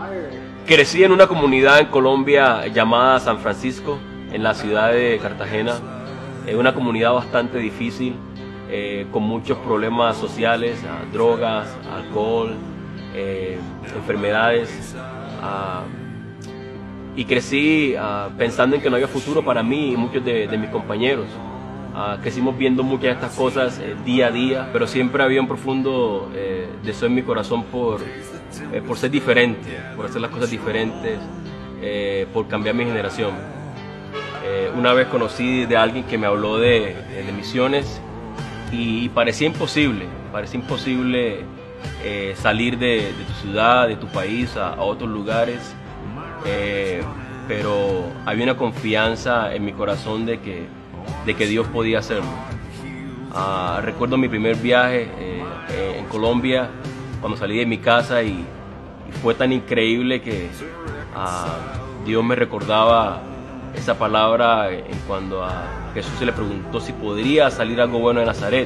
Crecí en una comunidad en Colombia llamada San Francisco, en la ciudad de Cartagena. Es una comunidad bastante difícil, con muchos problemas sociales, drogas, alcohol, enfermedades. Y crecí pensando en que no había futuro para mí y muchos de mis compañeros. Crecimos viendo muchas de estas cosas día a día, pero siempre había un profundo deseo en mi corazón por ser diferente, por hacer las cosas diferentes, por cambiar mi generación. Una vez conocí de alguien que me habló de misiones y parecía imposible salir de tu ciudad, de tu país a otros lugares, pero había una confianza en mi corazón de que Dios podía hacerlo. Recuerdo mi primer viaje en Colombia, cuando salí de mi casa y fue tan increíble que Dios me recordaba esa palabra cuando a Jesús se le preguntó si podría salir algo bueno de Nazaret,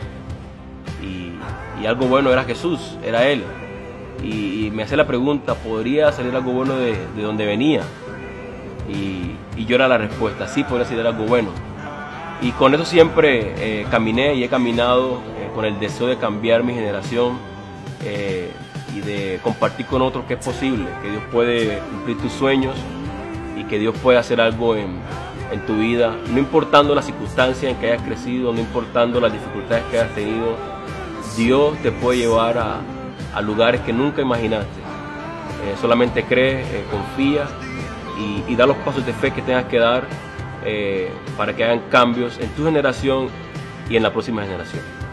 y algo bueno era Jesús, era Él, y me hacía la pregunta, ¿podría salir algo bueno de donde venía? Y yo era la respuesta, sí, podría salir algo bueno. Y con eso siempre caminé y he caminado con el deseo de cambiar mi generación y de compartir con otros que es posible, que Dios puede cumplir tus sueños y que Dios puede hacer algo en tu vida, no importando las circunstancias en que hayas crecido, no importando las dificultades que hayas tenido. Dios te puede llevar a lugares que nunca imaginaste. Solamente cree, confía y da los pasos de fe que tengas que dar para que hagan cambios en tu generación y en la próxima generación.